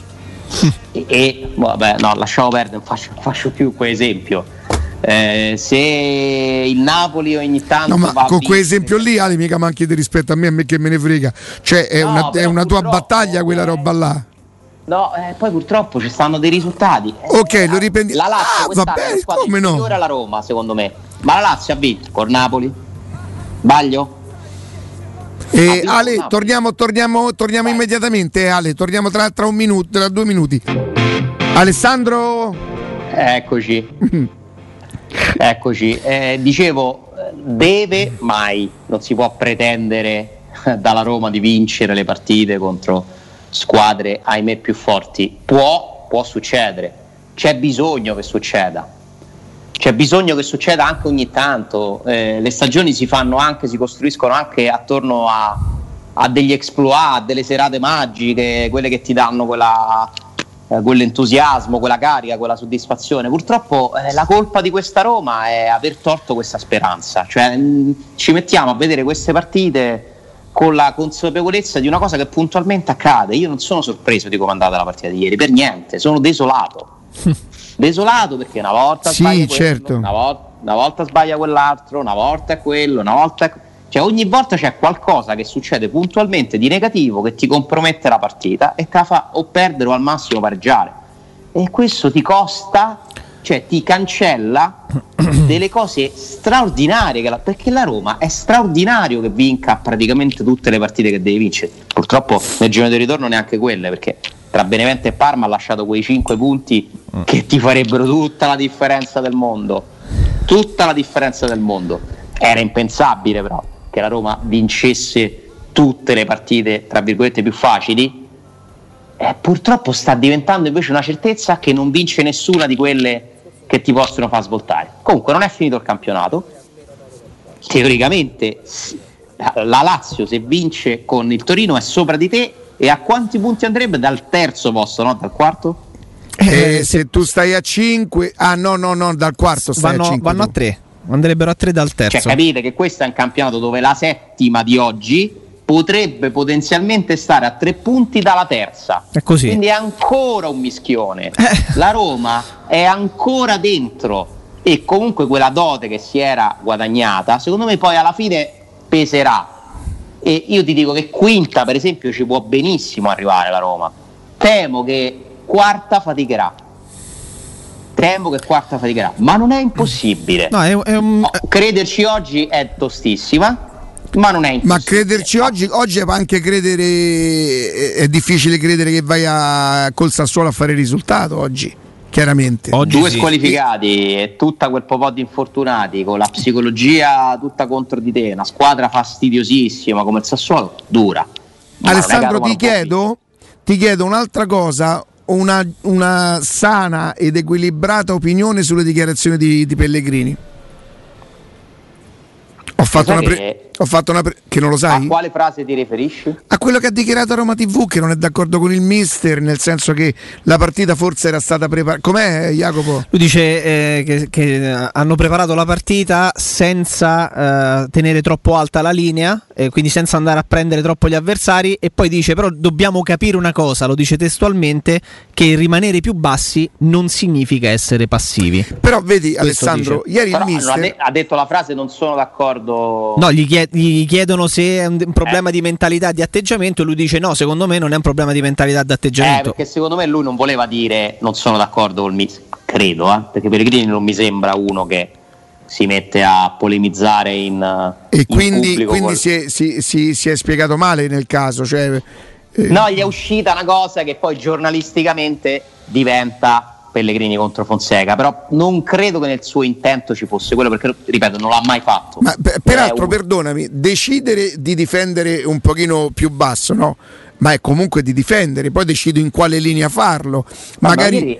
e, e vabbè, no, lasciamo perdere, non faccio, non faccio più quell'esempio. Eh, se il Napoli ogni tanto no, ma va con a quell'esempio lì, Ale, mica manchi di rispetto a me, a me che me ne frega. Cioè, è no, una, è una tua battaglia quella eh, roba là. No, eh, poi purtroppo ci stanno dei risultati. Ok, eh, lo riprendi. La Lazio ah, quest'anno vabbè, è una squadra come no? inferiore alla Roma, secondo me. Ma la Lazio ha vinto con Napoli. Sbaglio? Eh, Ale, torniamo, torniamo, torniamo immediatamente, eh, Ale, torniamo tra, tra un minuto, tra due minuti. Alessandro? Eccoci. Eccoci. Eh, dicevo, deve mai, non si può pretendere dalla Roma di vincere le partite contro squadre, ahimè, più forti. Può, può succedere. C'è bisogno che succeda. C'è bisogno che succeda anche ogni tanto. Eh, le stagioni si fanno anche, si costruiscono anche attorno a, a degli exploit, a delle serate magiche, quelle che ti danno quella, eh, quell'entusiasmo, quella carica, quella soddisfazione. Purtroppo eh, la colpa di questa Roma è aver tolto questa speranza. Cioè, mh, ci mettiamo a vedere queste partite con la consapevolezza di una cosa che puntualmente accade. Io non sono sorpreso di come è andata la partita di ieri, per niente, sono desolato. Desolato perché una volta sì, sbaglia quello, certo. una, volta, una volta sbaglia quell'altro, una volta è quello, una volta è... cioè ogni volta c'è qualcosa che succede puntualmente di negativo che ti compromette la partita e te la fa o perdere o al massimo pareggiare, e questo ti costa, cioè ti cancella delle cose straordinarie che la... perché la Roma è straordinario che vinca praticamente tutte le partite che deve vincere. Purtroppo nel girone di ritorno neanche quelle, perché tra Benevento e Parma ha lasciato quei cinque punti che ti farebbero tutta la differenza del mondo, tutta la differenza del mondo. Era impensabile però che la Roma vincesse tutte le partite tra virgolette più facili, e purtroppo sta diventando invece una certezza che non vince nessuna di quelle che ti possono far svoltare. Comunque non è finito il campionato, teoricamente la Lazio se vince con il Torino è sopra di te. E a quanti punti andrebbe? Dal terzo posto, no? Dal quarto? Eh, se tu stai a cinque, ah no, no, no, dal quarto stai vanno, a cinque. Vanno tu. a tre, andrebbero a tre dal terzo. Cioè, capite che questo è un campionato dove la settima di oggi potrebbe potenzialmente stare a tre punti dalla terza. È così. Quindi è ancora un mischione. Eh. La Roma è ancora dentro, e comunque quella dote che si era guadagnata, secondo me poi alla fine peserà. E io ti dico che quinta, per esempio, ci può benissimo arrivare la Roma. Temo che quarta faticherà. temo che quarta faticherà, ma non è impossibile. No, è, è un... no, crederci oggi è tostissima, ma non è impossibile. Ma crederci oggi, oggi anche credere, è difficile credere che vai a, col Sassuolo a fare il risultato oggi, chiaramente. Oggi due sì. squalificati e tutta quel po' di infortunati, con la psicologia tutta contro di te, una squadra fastidiosissima come il Sassuolo, dura. Ma Alessandro, ti chiedo, ti chiedo un'altra cosa, una, una sana ed equilibrata opinione sulle dichiarazioni di, di Pellegrini. Ho fatto, una pre- ho fatto una pre- che non lo sai? A quale frase ti riferisci? A quello che ha dichiarato a Roma tivù, che non è d'accordo con il mister, nel senso che la partita forse era stata preparata. Com'è, Jacopo? Lui dice eh, che, che hanno preparato la partita senza eh, tenere troppo alta la linea, eh, quindi senza andare a prendere troppo gli avversari, e poi dice però dobbiamo capire una cosa, lo dice testualmente, che rimanere più bassi non significa essere passivi. Però vedi, questo Alessandro, dice. Ieri però il mister ha, de- ha detto la frase non sono d'accordo. No, gli, chied- gli chiedono se è un problema eh. di mentalità, di atteggiamento, e lui dice no, secondo me non è un problema di mentalità, di atteggiamento. Eh, perché secondo me lui non voleva dire non sono d'accordo col mister, credo, eh? Perché Pellegrini non mi sembra uno che si mette a polemizzare in e in quindi, quindi col... si, è, si, si, si è spiegato male nel caso, cioè, eh. No, gli è uscita una cosa che poi giornalisticamente diventa Pellegrini contro Fonseca, però non credo che nel suo intento ci fosse quello, perché ripeto non l'ha mai fatto. Ma per, peraltro un... perdonami, decidere di difendere un pochino più basso, no? Ma è comunque di difendere, poi decido in quale linea farlo. Ma magari ieri,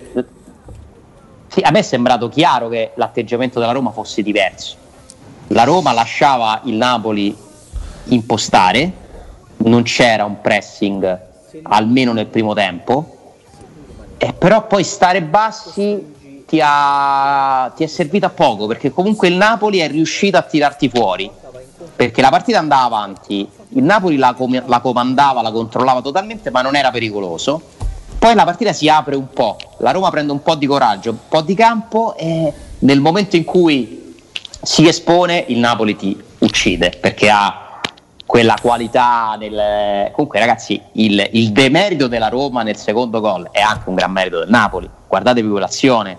sì, a me è sembrato chiaro che l'atteggiamento della Roma fosse diverso. La Roma lasciava il Napoli impostare, non c'era un pressing almeno nel primo tempo. Eh, però poi stare bassi ti ha, ti è servito a poco, perché comunque il Napoli è riuscito a tirarti fuori, perché la partita andava avanti, il Napoli la, com- la comandava, la controllava totalmente, ma non era pericoloso. Poi la partita si apre un po', la Roma prende un po' di coraggio, un po' di campo, e nel momento in cui si espone il Napoli ti uccide, perché ha quella qualità nel... Comunque ragazzi, il, il demerito della Roma nel secondo gol è anche un gran merito del Napoli. Guardatevi quell'azione,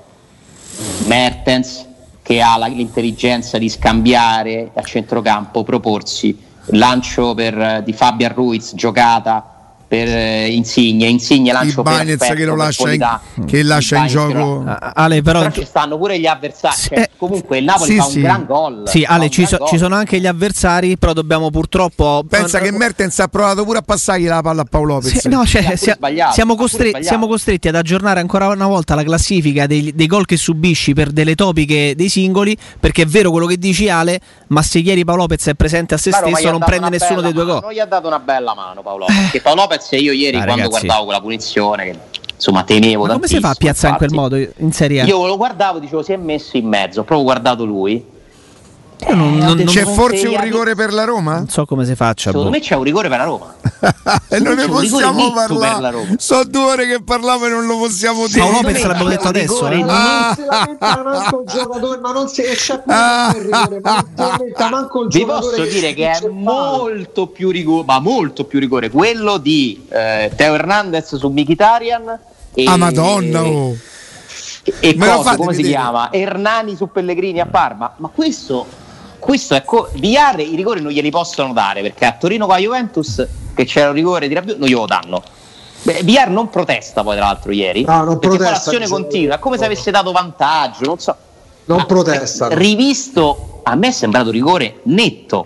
Mertens che ha la, l'intelligenza di scambiare a centrocampo, proporsi, lancio per, di Fabian Ruiz, giocata per eh, Insigne, Insigne lancio per Bagnez che lo lascia in, che lascia in gioco. Ah, Ale, però, però ci stanno pure gli avversari, cioè, eh, comunque il Napoli sì, fa sì. un gran gol. Sì, Ale, ci, so, gol. ci sono anche gli avversari, però dobbiamo purtroppo pensa che Mertens ha provato pure a passargli la palla a Paolo Lopez. Sì, no, cioè, sia, siamo, costretti, siamo costretti ad aggiornare ancora una volta la classifica dei, dei gol che subisci per delle topiche dei singoli, perché è vero quello che dici Ale, ma se ieri Paolo Lopez è presente a se Claro, stesso non prende nessuno dei due gol. Non gli ha dato una bella mano Paolo Lopez, perché Paolo Lopez io ieri ah, quando ragazzi. guardavo quella punizione che insomma tenevo ma come si fa a piazzare in quel modo in Serie A? Io lo guardavo, dicevo si è messo in mezzo, ho proprio guardato lui. Eh, non, non, c'è non forse un rigore per la Roma? Non so come si faccia. Secondo boh. me c'è un rigore per la Roma. E non ne possiamo parlare. Sono due ore che parlavo e non lo possiamo dire. Paolo Lopez l'abbiamo detto adesso. Eh? Ah. Non si lamenta manco il giocatore, ma non si c'è ah. il rigore, ma non si lamenta manco il Vi giocatore. Vi posso dire che è molto più rigore, ma molto più rigore quello di eh, Teo Hernandez su Mkhitaryan. E, ah, Madonna! Oh. E, e cosa, come si chiama? Hernani su Pellegrini a Parma. Ma questo. Questo è co- Villar i rigori non glieli possono dare, perché a Torino con la Juventus che c'era un rigore di Rabiot non glielo danno. Beh, Villar non protesta poi tra l'altro ieri, no, non perché protesta, poi l'azione continua, è come se avesse dato vantaggio, non so. Non Ma, protesta. Rivisto, a me è sembrato rigore netto.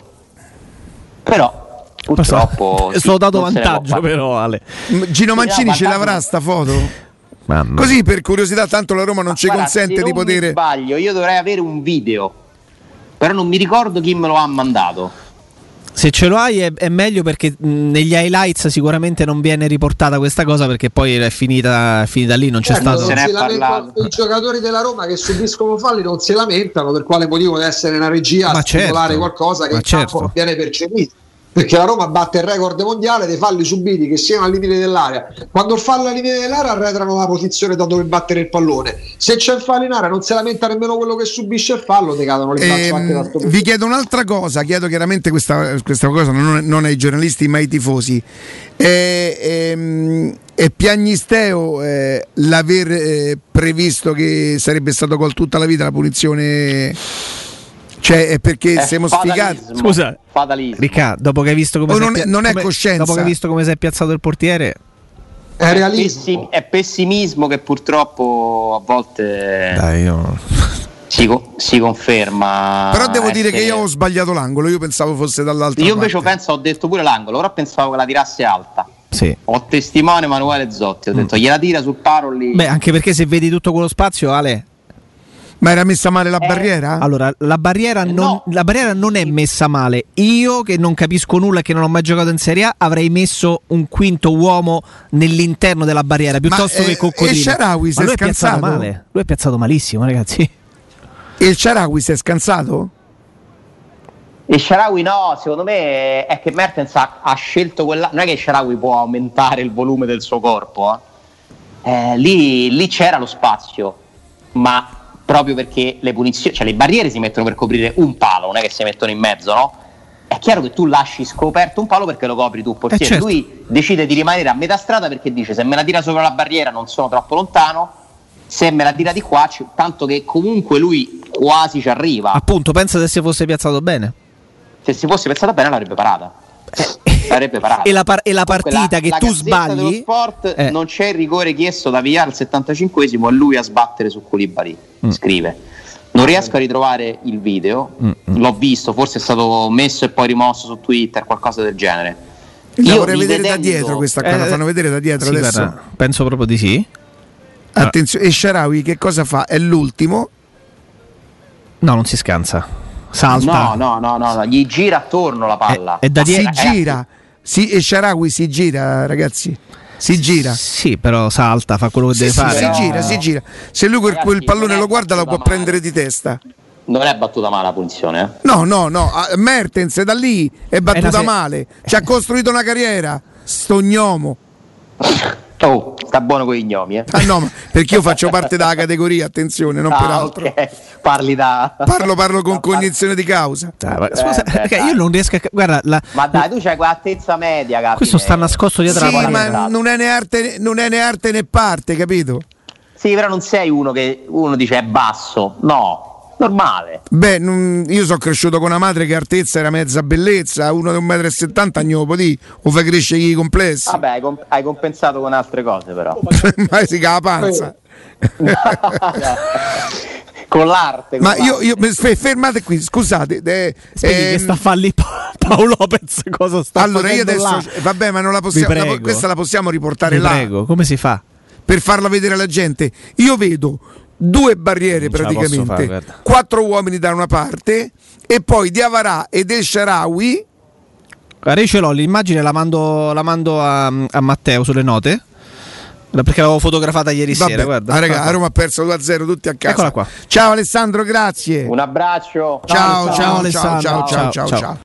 Però purtroppo è stato dato vantaggio però Ale. Gino Mancini ce l'avrà sta foto? Mamma. Così per curiosità, tanto la Roma non Ma ci guarda, consente di poter. Se non mi sbaglio, io dovrei avere un video. Però non mi ricordo chi me lo ha mandato. Se ce lo hai è, è meglio, perché mh, negli highlights sicuramente non viene riportata questa cosa, perché poi è finita, è finita lì, non c'è certo, stato. Non si lamenta, i giocatori della Roma che subiscono falli non si lamentano, per quale motivo deve essere una regia ma a stimolare certo, qualcosa che in certo. campo viene percepito. perché la Roma batte il record mondiale dei falli subiti che siano al limite dell'area. Quando il fallo al limite dell'area arretrano la posizione da dove battere il pallone. Se c'è il fallo in area non si lamenta nemmeno quello che subisce il fallo, ti cadono le braccia anche da sto punto. Vi chiedo un'altra cosa, chiedo chiaramente questa, questa cosa non, non ai giornalisti ma ai tifosi. È, è, è piagnisteo eh, l'aver eh, previsto che sarebbe stato col tutta la vita la punizione? Cioè è perché è siamo sfigati. Scusa, Riccardo, dopo che hai visto come, non, è, non è come, coscienza. Dopo che hai visto come si è piazzato il portiere, è realismo. È pessimismo che purtroppo a volte Dai, io... si, si conferma. Però devo essere... dire che io ho sbagliato l'angolo. Io pensavo fosse dall'altra Io parte. invece penso, ho detto pure l'angolo, però pensavo che la tirasse alta. Sì. Ho testimone Emanuele Zotti, ho detto mm. gliela tira sul paro lì. Beh, anche perché se vedi tutto quello spazio, Ale. Ma era messa male la eh, barriera? Allora, la barriera, eh, non, no. la barriera non è messa male. Io, che non capisco nulla e che non ho mai giocato in Serie A, avrei messo un quinto uomo nell'interno della barriera piuttosto Ma, che eh, Coccodrillo. E Shaarawy Ma lui è piazzato scansato? male. Lui è piazzato malissimo, ragazzi. E il Shaarawy si è scansato? Il Shaarawy no, secondo me è che Mertens ha, ha scelto quella. Non è che il Shaarawy può aumentare il volume del suo corpo, eh. Eh, lì, lì c'era lo spazio, ma proprio perché le punizioni, cioè le barriere si mettono per coprire un palo, non è che si mettono in mezzo, no? È chiaro che tu lasci scoperto un palo perché lo copri tu, portiere. Eh certo. Lui decide di rimanere a metà strada perché dice: se me la tira sopra la barriera non sono troppo lontano, se me la tira di qua, c- tanto che comunque lui quasi ci arriva. Appunto, pensa se si fosse piazzato bene. Se si fosse piazzata bene l'avrebbe parata. Sarebbe parata. E la, par- e la partita la, che la tu Gazzetta dello sbagli Sport, eh. non c'è il rigore chiesto da Villar al settantacinquesimo e lui a sbattere su Koulibaly, mm. scrive. Non riesco a ritrovare il video, mm-hmm. l'ho visto, forse è stato messo e poi rimosso su Twitter, qualcosa del genere. La vorrei vedere da dietro questa qua, eh, la fanno vedere da dietro sì, adesso. Guarda, penso proprio di sì. Attenzione, e Shaarawy che cosa fa? È l'ultimo? No, non si scansa. Salta. No, no, no, no, no. Gli gira attorno la palla. È, è da si gira. Si, e Shaarawy si gira, ragazzi. Si gira. Sì, però salta, fa quello che sì, deve sì, fare. Si però... gira, si gira. Se lui quel, quel pallone lo guarda lo può male. prendere di testa. Non è battuta male la punizione, eh? No, no, no. Mertens da lì è battuta se... male. Ci ha costruito una carriera. Sto gnomo. Oh, sta buono con i gnomi, eh? Ah no, ma perché io faccio parte della categoria, attenzione, non ah, per altro. Okay. Parli da Parlo parlo con cognizione di causa. Dai, ma, scusa, eh, perché io non riesco a guarda, la... Ma dai, tu c'hai quell'altezza media, capito? Questo sta nascosto dietro sì, la ma non è né arte non è né arte né parte, capito? Sì, però non sei uno che uno dice è basso. No. Normale. Beh, non, io sono cresciuto con una madre che altezza era mezza bellezza, uno di un metro e settanta gnopo di o fa crescere i complessi. Vabbè, hai, comp- hai compensato con altre cose però. Ma si ca la panza. Con l'arte. Con Ma l'arte. io, io fermate qui, scusate. Eh, Spieghi ehm, che sta a farli pa- Paolo Lopez cosa sta allora facendo io adesso là? vabbè, ma non la possiamo la, questa la possiamo riportare Vi là. Prego, come si fa? Per farla vedere alla gente. Io vedo due barriere non praticamente, fare, quattro uomini da una parte e poi Diawara ed El Shaarawy. Guarda, io ce l'ho, l'immagine la mando, la mando a, a Matteo sulle note perché l'avevo fotografata ieri Vabbè, sera. Guarda, ah, raga, Roma ha perso due a zero tutti a casa. Eccola qua. Ciao Alessandro, grazie. Un abbraccio. Ciao, ciao, ciao, ciao, Alessandro. ciao, ciao, ciao, ciao. ciao. ciao.